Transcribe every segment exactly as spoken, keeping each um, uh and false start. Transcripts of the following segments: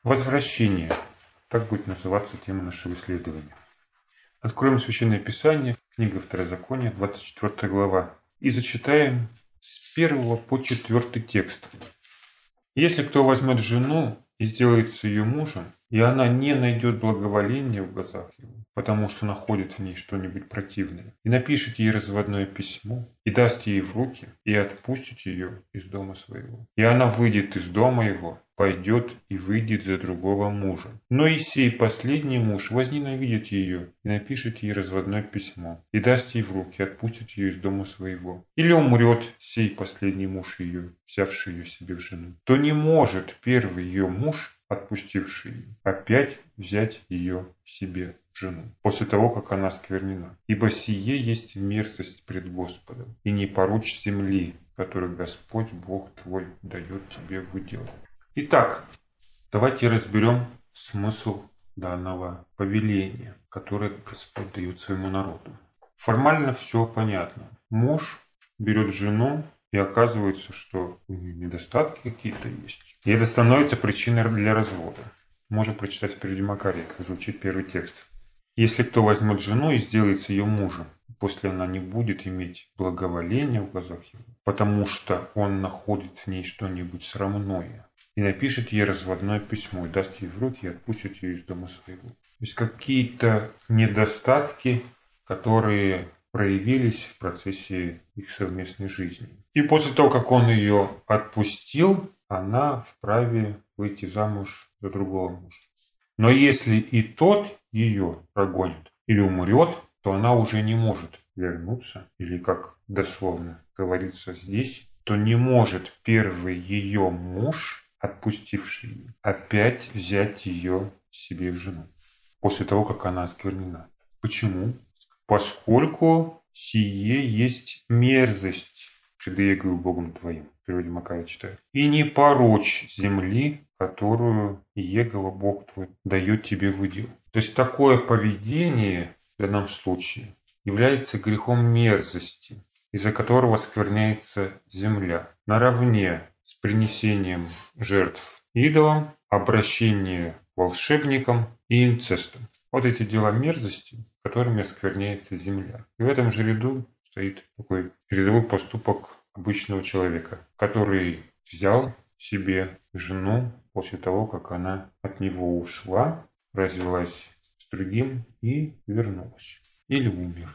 Возвращение. Так будет называться тема нашего исследования. Откроем Священное Писание, книга Второзакония, двадцать четвёртая глава, и зачитаем с первого по четвёртый текст. «Если кто возьмет жену и сделается ее мужем, и она не найдет благоволения в глазах его, потому что находит в ней что-нибудь противное, и напишет ей разводное письмо, и даст ей в руки, и отпустит ее из дома своего. И она выйдет из дома его, пойдет и выйдет за другого мужа. Но и сей последний муж возненавидит ее и напишет ей разводное письмо, и даст ей в руки, отпустит ее из дома своего. Или умрет сей последний муж ее, взявший ее себе в жену, то не может первый ее муж, отпустивший ее, опять взять ее себе в жену, после того, как она осквернена. Ибо сие есть мерзость пред Господом, и не порочь земли, которую Господь Бог твой дает тебе в удел». Итак, давайте разберем смысл данного повеления, которое Господь дает своему народу. Формально все понятно. Муж берет жену, и оказывается, что у нее недостатки какие-то есть. И это становится причиной для развода. Можем прочитать впереди Макария, как звучит первый текст. «Если кто возьмет жену и сделается ее мужем, после она не будет иметь благоволения в глазах его, потому что он находит в ней что-нибудь срамное, и напишет ей разводное письмо, и даст ей в руки, и отпустит ее из дома своего». То есть какие-то недостатки, которые проявились в процессе их совместной жизни. И после того, как он ее отпустил, она вправе выйти замуж за другого мужа. Но если и тот ее прогонит или умрет, то она уже не может вернуться, или как дословно говорится здесь, то не может первый ее муж, отпустивший ее, опять взять ее себе в жену после того, как она осквернена. Почему? Поскольку сие есть мерзость пред Иеговой Богом твоим, в переводе Макария читаю, и не порочь земли, которую Иегова Бог твой дает тебе в удел. То есть такое поведение в данном случае является грехом мерзости, из-за которого скверняется земля, наравне с принесением жертв идолам, обращением к волшебникам и инцестом. Вот эти дела мерзости, которыми оскверняется земля. И в этом же ряду стоит такой рядовой поступок обычного человека, который взял себе жену после того, как она от него ушла, развелась с другим и вернулась. Или умер.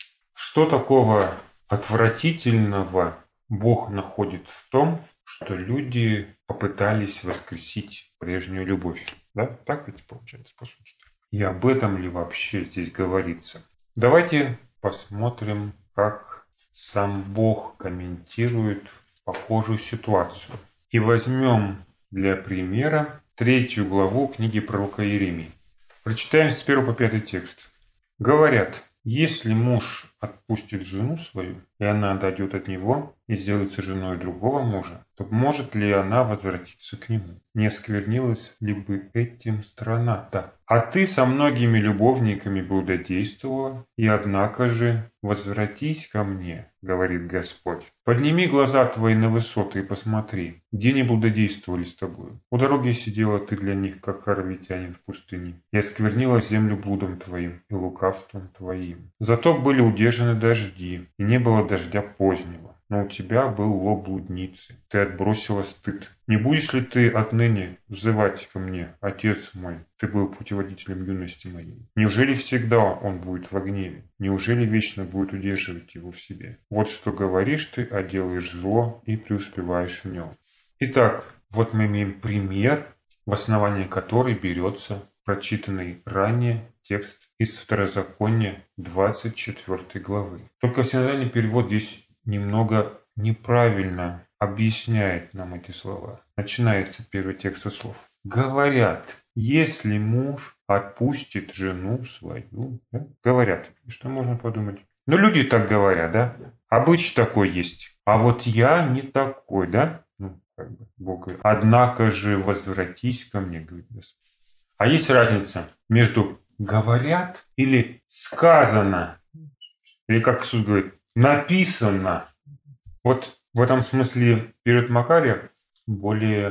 Что такого отвратительного Бог находит в том, что люди попытались воскресить прежнюю любовь? Да? Так ведь получается, по сути. И об этом ли вообще здесь говорится? Давайте посмотрим, как сам Бог комментирует похожую ситуацию. И возьмем для примера третью главу книги пророка Иеремии. Прочитаем с первого по пятый текст. «Говорят, если муж отпустит жену свою, и она отойдет от него и сделается женой другого мужа, то может ли она возвратиться к нему? Не осквернилась ли бы этим страна-то? А ты со многими любовниками блудодействовала, и однако же возвратись ко мне, говорит Господь. Подними глаза твои на высоты и посмотри, где не блудодействовали с тобою. У дороги сидела ты для них, как оровитянин в пустыне, и осквернила землю блудом твоим и лукавством твоим. Зато были удержаны дожди, и не было дождя позднего. Но у тебя был лоб блудницы, ты отбросила стыд. Не будешь ли ты отныне взывать ко мне, Отец мой? Ты был путеводителем юности моей. Неужели всегда он будет в гневе? Неужели вечно будет удерживать его в себе? Вот что говоришь ты, а делаешь зло и преуспеваешь в нем». Итак, вот мы имеем пример, в основании которой берется прочитанный ранее текст из Второзакония двадцать четвёртой главы. Только синодальный перевод здесь немного неправильно объясняет нам эти слова. Начинается первый текст со слов. «Говорят, если муж отпустит жену свою». Да? Говорят. И что можно подумать? Ну, люди так говорят, да? Обычай такой есть. А вот я не такой, да? Ну, как бы Бог говорит. «Однако же возвратись ко мне», говорит Господь. А есть разница между «говорят» или «сказано». Или, как Иисус говорит, «написано». Вот в этом смысле период Макария более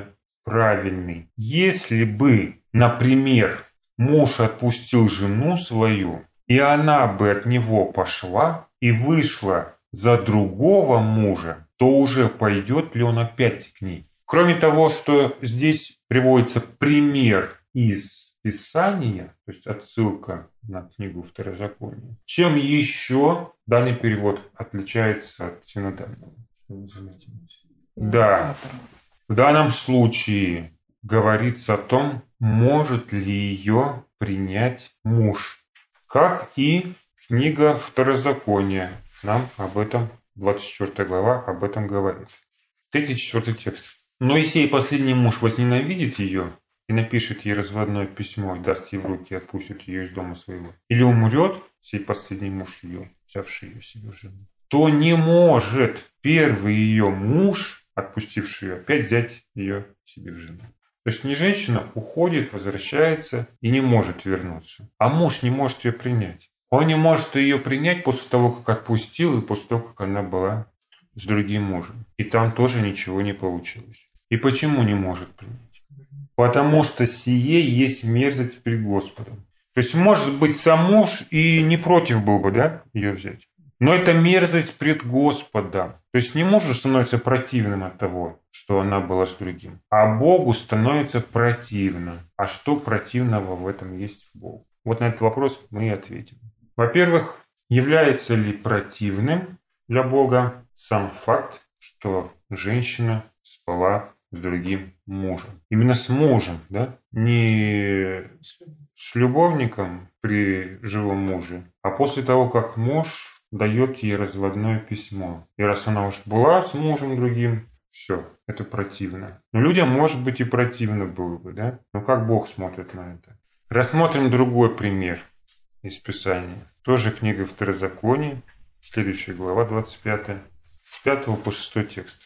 правильный. Если бы, например, муж отпустил жену свою, и она бы от него пошла и вышла за другого мужа, то уже пойдет ли он опять к ней? Кроме того, что здесь приводится пример из Писания, то есть отсылка на книгу Второзакония, чем еще данный перевод отличается от синодального? Что вы заметите? Да, в данном случае говорится о том, может ли ее принять муж. Как и книга Второзакония нам об этом, двадцать четвёртая глава, об этом говорит. Третий, четвертый текст. «Но и сей последний муж возненавидит ее и напишет ей разводное письмо, и даст ей в руки, и отпустит ее из дома своего. Или умрет сей последний муж ее, взявший ее себе в жену, то не может первый ее муж, отпустивший ее, опять взять ее себе в жену». То есть не женщина уходит, возвращается и не может вернуться, а муж не может ее принять. Он не может ее принять после того, как отпустил, и после того, как она была с другим мужем. И там тоже ничего не получилось. И почему не может принять? Потому что сие есть мерзость перед Господом. То есть, может быть, сам муж и не против был бы, да, ее взять. Но это мерзость пред Господом. То есть не мужу становится противным от того, что она была с другим, а Богу становится противно. А что противного в этом есть Богу? Вот на этот вопрос мы и ответим. Во-первых, является ли противным для Бога сам факт, что женщина спала с другим мужем? Именно с мужем, да? Не с любовником при живом муже, а после того, как муж дает ей разводное письмо. И раз она уж была с мужем другим, все, это противно. Но людям, может быть, и противно было бы, да? Но как Бог смотрит на это? Рассмотрим другой пример из Писания. Тоже книга Второзакония, следующая глава, двадцать пятая, с пятого по шестой текст.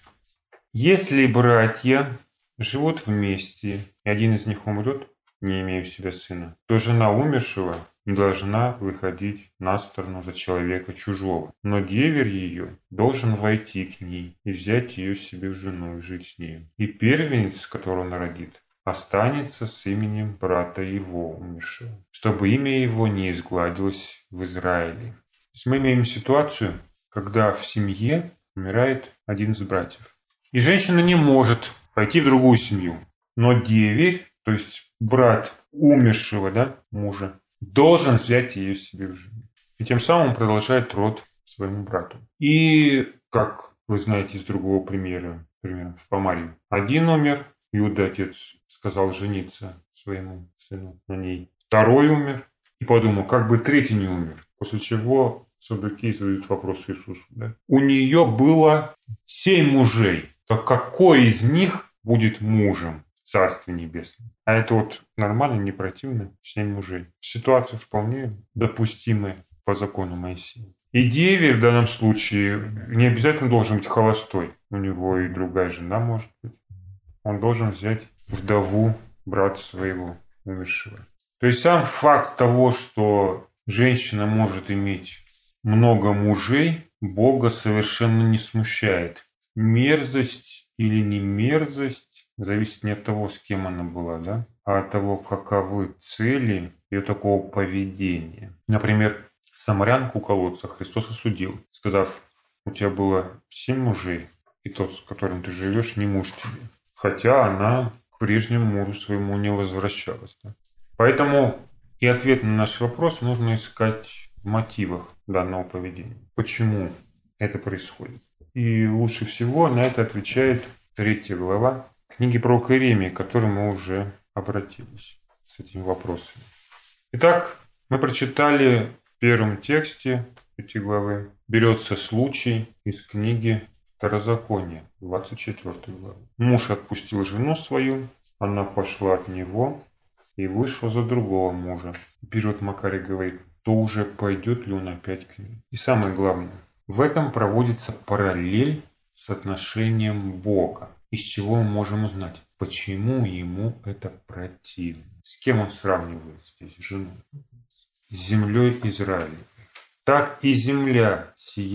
«Если братья живут вместе, и один из них умрет, не имея у себя сына, то жена умершего не должна выходить на сторону за человека чужого, но деверь ее должен войти к ней и взять ее себе в жену и жить с нею. И первенец, которого он родит, останется с именем брата его умершего, чтобы имя его не изгладилось в Израиле». То есть мы имеем ситуацию, когда в семье умирает один из братьев. И женщина не может пойти в другую семью. Но деверь, то есть брат умершего, да, мужа, должен взять ее себе в жену. И тем самым продолжает род своему брату. И, как вы знаете из другого примера, примера в Помарии, один умер, Иуда отец сказал жениться своему сыну на ней. Второй умер и подумал, как бы третий не умер. После чего саддукеи задают вопрос Иисусу. Да? У нее было семь мужей. Так какой из них будет мужем в Царстве Небесном? А это вот нормально, не противно? Семь мужей. Ситуация вполне допустимая по закону Моисея. И деверь в данном случае не обязательно должен быть холостой. У него и другая жена может быть. Он должен взять вдову брата своего умершего. То есть сам факт того, что женщина может иметь много мужей, Бога совершенно не смущает. Мерзость или не мерзость зависит не от того, с кем она была, да, а от того, каковы цели ее такого поведения. Например, самарянку у колодца Христос осудил, сказав, у тебя было семь мужей, и тот, с которым ты живешь, не муж тебе. Хотя она к прежнему мужу своему не возвращалась. Да? Поэтому и ответ на наш вопрос нужно искать в мотивах данного поведения. Почему это происходит? И лучше всего на это отвечает третья глава книги пророка Иеремии, к которой мы уже обратились с этими вопросами. Итак, мы прочитали в первом тексте этой главы. Берется случай из книги Второзакония, двадцать четвёртой главы. Муж отпустил жену свою, она пошла от него и вышла за другого мужа. Перевод Макарий говорит, то уже пойдет ли он опять к ней. И самое главное, в этом проводится параллель с отношением Бога. Из чего мы можем узнать, почему ему это противно. С кем он сравнивает здесь жену? С землей Израиля. Так и земля сия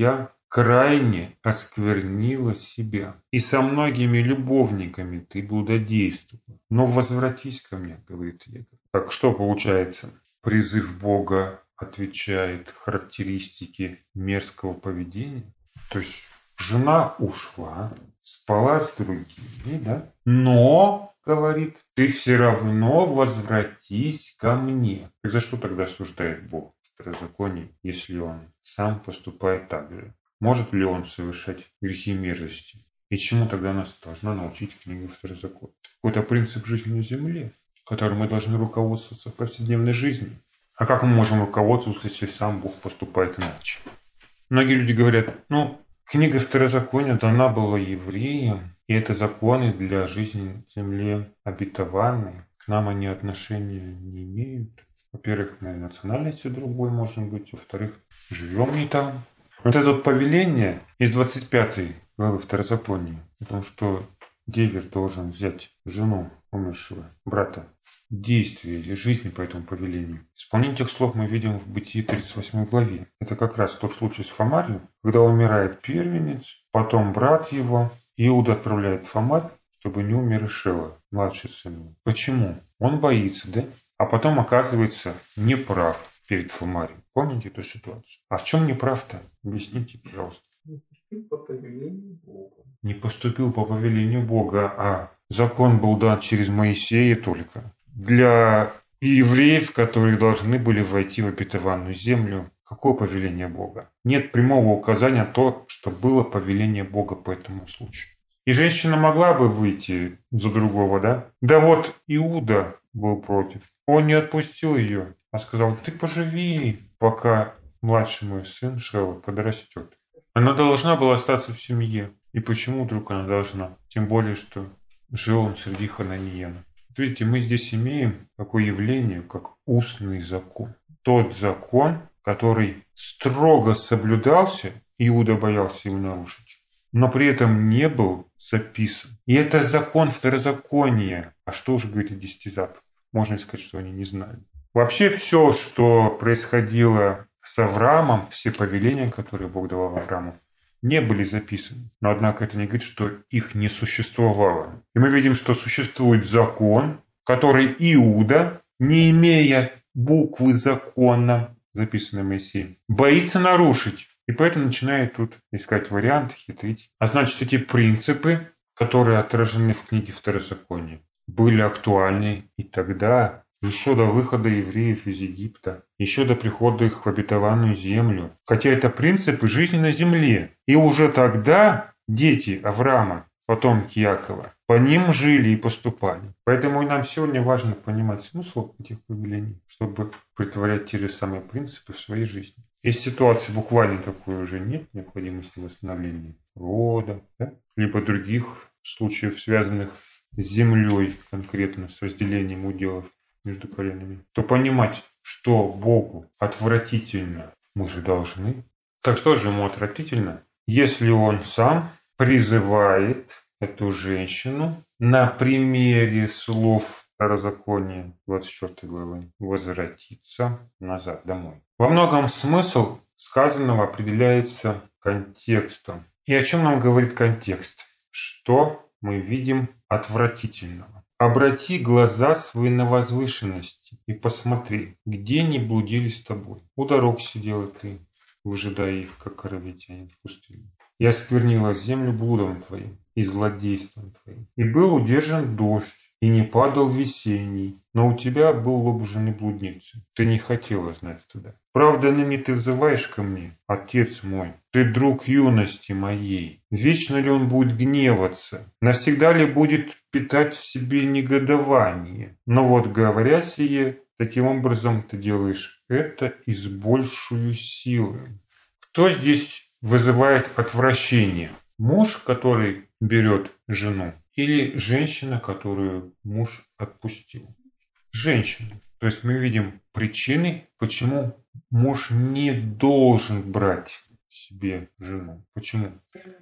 крайне осквернила себя, и со многими любовниками ты блудодействовала. Но возвратись ко мне, говорит Егов. Так что получается? Призыв Бога отвечает характеристике мерзкого поведения. То есть жена ушла, спала с другими, да? Но, говорит, ты все равно возвратись ко мне. И за что тогда осуждает Бог второзаконие, если он сам поступает так же? Может ли он совершать грехи мерзости? И чему тогда нас должна научить книга Второзакония? Какой-то принцип жизни на земле, которым мы должны руководствоваться в повседневной жизни. А как мы можем руководствоваться, если сам Бог поступает иначе? Многие люди говорят, ну, книга Второзакония дана была евреям, и это законы для жизни в земле обетованной. К нам они отношения не имеют. Во-первых, мы национальности другой можем быть, во-вторых, живем не там. Вот это вот повеление из двадцать пятой главы Второзакония, о том, что деверь должен взять жену умершего брата, действия или жизни по этому повелению. Исполнение этих слов мы видим в Бытии тридцать восьмой главе. Это как раз тот случай с Фомарью, когда умирает первенец, потом брат его, Иуда отправляет Фомарь, чтобы не умер Ишева, младший сын. Почему? Он боится, да? А потом оказывается неправ перед Фомарем. Помните эту ситуацию? А в чем неправ-то? Объясните, пожалуйста. Не поступил по повелению Бога. Не поступил по повелению Бога, а закон был дан через Моисея только. Для евреев, которые должны были войти в обетованную землю, какое повеление Бога? Нет прямого указания на то, что было повеление Бога по этому случаю. И женщина могла бы выйти за другого, да? Да вот Иуда был против. Он не отпустил ее, а сказал, ты поживи, пока младший мой сын Шева подрастет. Она должна была остаться в семье. И почему вдруг она должна? Тем более, что жил он среди хананеянов. Видите, мы здесь имеем такое явление, как устный закон. Тот закон, который строго соблюдался, Иуда боялся его нарушить, но при этом не был записан. И это закон второзакония. А что уже говорить о десяти заповедях? Можно сказать, что они не знали. Вообще все, что происходило с Авраамом, все повеления, которые Бог давал Аврааму, не были записаны. Но однако это не говорит, что их не существовало. И мы видим, что существует закон, который Иуда, не имея буквы закона, записанной Моисеем, боится нарушить. И поэтому начинает тут искать варианты, хитрить. А значит, эти принципы, которые отражены в книге Второзакония, были актуальны и тогда, еще до выхода евреев из Египта, еще до прихода их в обетованную землю. Хотя это принципы жизни на земле. И уже тогда дети Авраама, потомки Якова, по ним жили и поступали. Поэтому и нам сегодня важно понимать смысл этих повелений, чтобы претворять те же самые принципы в своей жизни. Если ситуации буквально такой уже нет, необходимости восстановления рода, да? Либо других случаев, связанных с землей, конкретно с разделением уделов между коленами, то понимать, что Богу отвратительно, мы же должны. Так что же ему отвратительно, если он сам призывает эту женщину на примере слов Второзакония двадцать четвёртой главы возвратиться назад домой. Во многом смысл сказанного определяется контекстом. И о чем нам говорит контекст? Что мы видим отвратительного? Обрати глаза свои на возвышенности и посмотри, где не блудили с тобой. У дорог сидела ты, выжидая их, как коровитяне в пустыне. И осквернила землю блудом твоим и злодейством твоим. И был удержан дождь, и не падал весенний, но у тебя был лоб жены блудницы. Ты не хотела знать туда. Правда, ныне ты взываешь ко мне, отец мой, ты друг юности моей. Вечно ли он будет гневаться? Навсегда ли будет питать в себе негодование? Но вот говоря сие, таким образом ты делаешь это и с большую силой. Кто здесь вызывает отвращение? Муж, который берет жену, или женщина, которую муж отпустил? Женщина. То есть мы видим причины, почему муж не должен брать себе жену. Почему?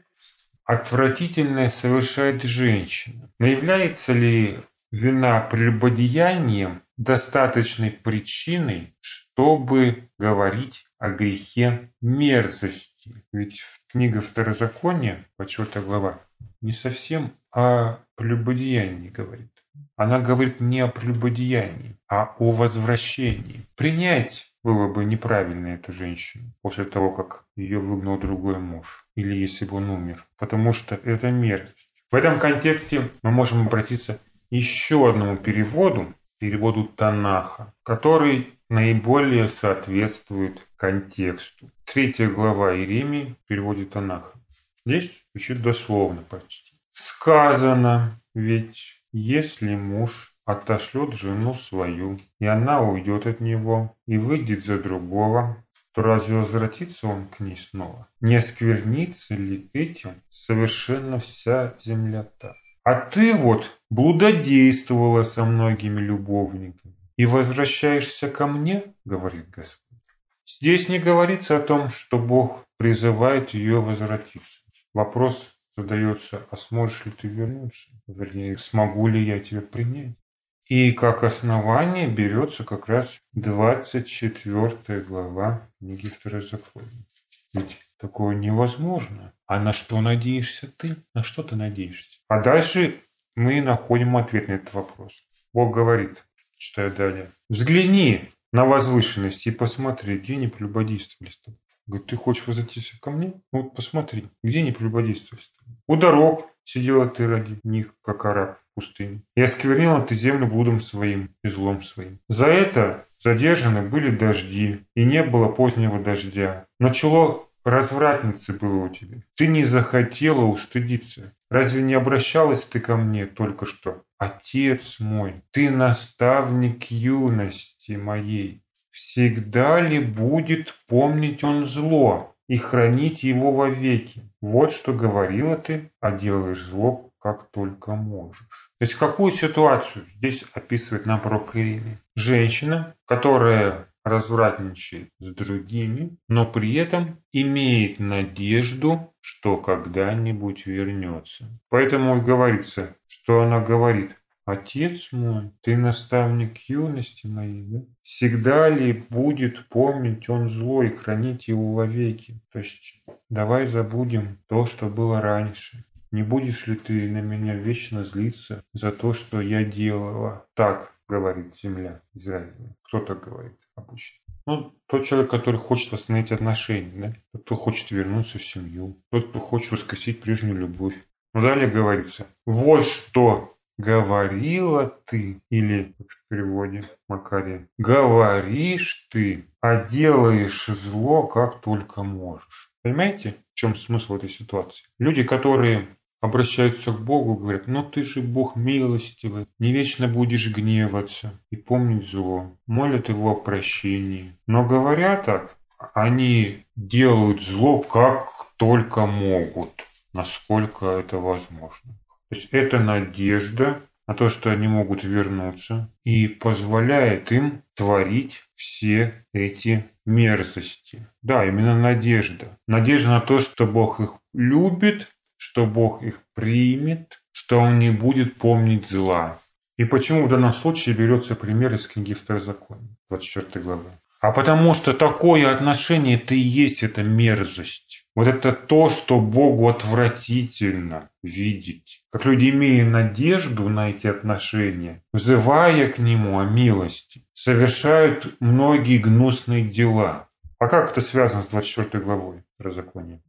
Отвратительное совершает женщина. Но является ли вина прелюбодеянием достаточной причиной, чтобы говорить о грехе мерзости? Ведь в книга Второзакония, четвёртая глава, не совсем о прелюбодеянии говорит. Она говорит не о прелюбодеянии, а о возвращении. Принять было бы неправильно эту женщину после того, как ее выгнал другой муж, или если бы он умер, потому что это мерзость. В этом контексте мы можем обратиться еще одному переводу, переводу Танаха, который наиболее соответствует контексту. Третья глава Иеремии в переводе Танаха. Здесь звучит дословно почти. Сказано ведь, если муж отошлет жену свою, и она уйдет от него, и выйдет за другого, то разве возвратится он к ней снова? Не осквернится ли этим совершенно вся земля-то? А ты вот блудодействовала со многими любовниками и возвращаешься ко мне, говорит Господь. Здесь не говорится о том, что Бог призывает ее возвратиться. Вопрос задается, а сможешь ли ты вернуться? Вернее, смогу ли я тебя принять? И как основание берется как раз двадцать четвёртая глава книги Второзакония. Ведь такое невозможно. А на что надеешься ты? На что ты надеешься? А дальше мы находим ответ на этот вопрос. Бог говорит, читаю далее. Взгляни на возвышенность и посмотри, где не прелюбодействовали с тобой. Говорит, ты хочешь возвратиться ко мне? Ну вот посмотри, где не прелюбодействовали с тобой. У дорог сидела ты ради них, как араб в пустыне. И осквернила ты землю блудом своим и злом своим. За это задержаны были дожди, и не было позднего дождя. Начало развратницы было у тебя. Ты не захотела устыдиться. Разве не обращалась ты ко мне только что? Отец мой, ты наставник юности моей. Всегда ли будет помнить он зло и хранить его вовеки? Вот что говорила ты, а делаешь зло, как только можешь. То есть какую ситуацию здесь описывает нам пророк Иеремия? Женщина, которая развратничает с другими, но при этом имеет надежду, что когда-нибудь вернется. Поэтому и говорится, что она говорит: «Отец мой, ты наставник юности моей, да? Всегда ли будет помнить он зло и хранить его вовеки?» То есть давай забудем то, что было раньше. Не будешь ли ты на меня вечно злиться за то, что я делала? Так говорит земля Израиля. Кто так говорит обычно? Ну, тот человек, который хочет восстановить отношения, да? Тот, кто хочет вернуться в семью, тот, кто хочет воскресить прежнюю любовь. Но далее говорится: вот что говорила ты, или в переводе Макария, говоришь ты, а делаешь зло, как только можешь. Понимаете, в чем смысл этой ситуации? Люди, которые обращаются к Богу, говорят: ну ты же Бог милостивый, не вечно будешь гневаться и помнить зло. Молят его о прощении. Но говоря так, они делают зло как только могут, насколько это возможно. То есть это надежда на то, что они могут вернуться, и позволяет им творить все эти мерзости. Да, именно надежда. Надежда на то, что Бог их любит, что Бог их примет, что Он не будет помнить зла. И почему в данном случае берется пример из книги Второзакония, двадцать четвёртой главы? А потому что такое отношение – это и есть эта мерзость. Вот это то, что Богу отвратительно видеть. Как люди, имея надежду на эти отношения, взывая к Нему о милости, совершают многие гнусные дела. А как это связано с двадцать четвёртой главой Второзакония?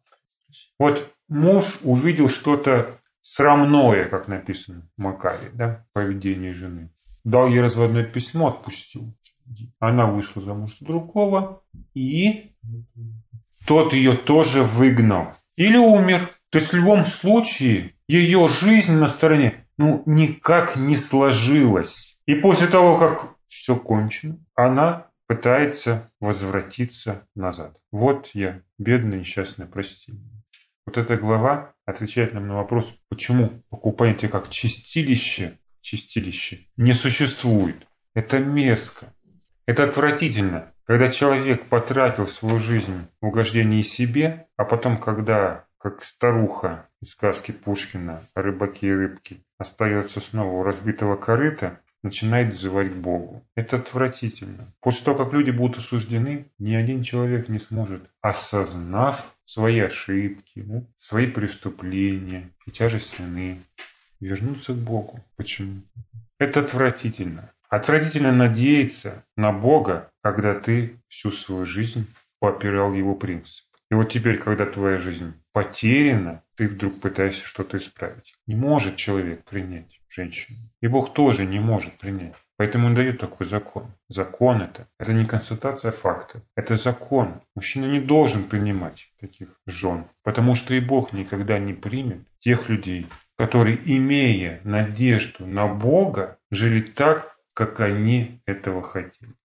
Вот муж увидел что-то срамное, как написано в Макаре, да, поведение жены. Дал ей разводное письмо, отпустил. Она вышла замуж за другого, и тот ее тоже выгнал. Или умер. То есть в любом случае ее жизнь на стороне ну, никак не сложилась. И после того, как все кончено, она пытается возвратиться назад. Вот я, бедная, несчастная, прости. Вот эта глава отвечает нам на вопрос, почему покупаете как чистилище, чистилище не существует. Это мерзко. Это отвратительно, когда человек потратил свою жизнь в угождении себе, а потом, когда, как старуха из сказки Пушкина о рыбаке и рыбке, остается снова у разбитого корыта, начинает взывать к Богу. Это отвратительно. После того, как люди будут осуждены, ни один человек не сможет, осознав свои ошибки, да, свои преступления и тяжесть вины, вернуться к Богу. Почему? Это отвратительно. Отвратительно надеяться на Бога, когда ты всю свою жизнь попирал Его принцип. И вот теперь, когда твоя жизнь потеряна, ты вдруг пытаешься что-то исправить. Не может человек принять женщину. И Бог тоже не может принять. Поэтому он дает такой закон. Закон это. Это не констатация факта. Это закон. Мужчина не должен принимать таких жен. Потому что и Бог никогда не примет тех людей, которые, имея надежду на Бога, жили так, как они этого хотели.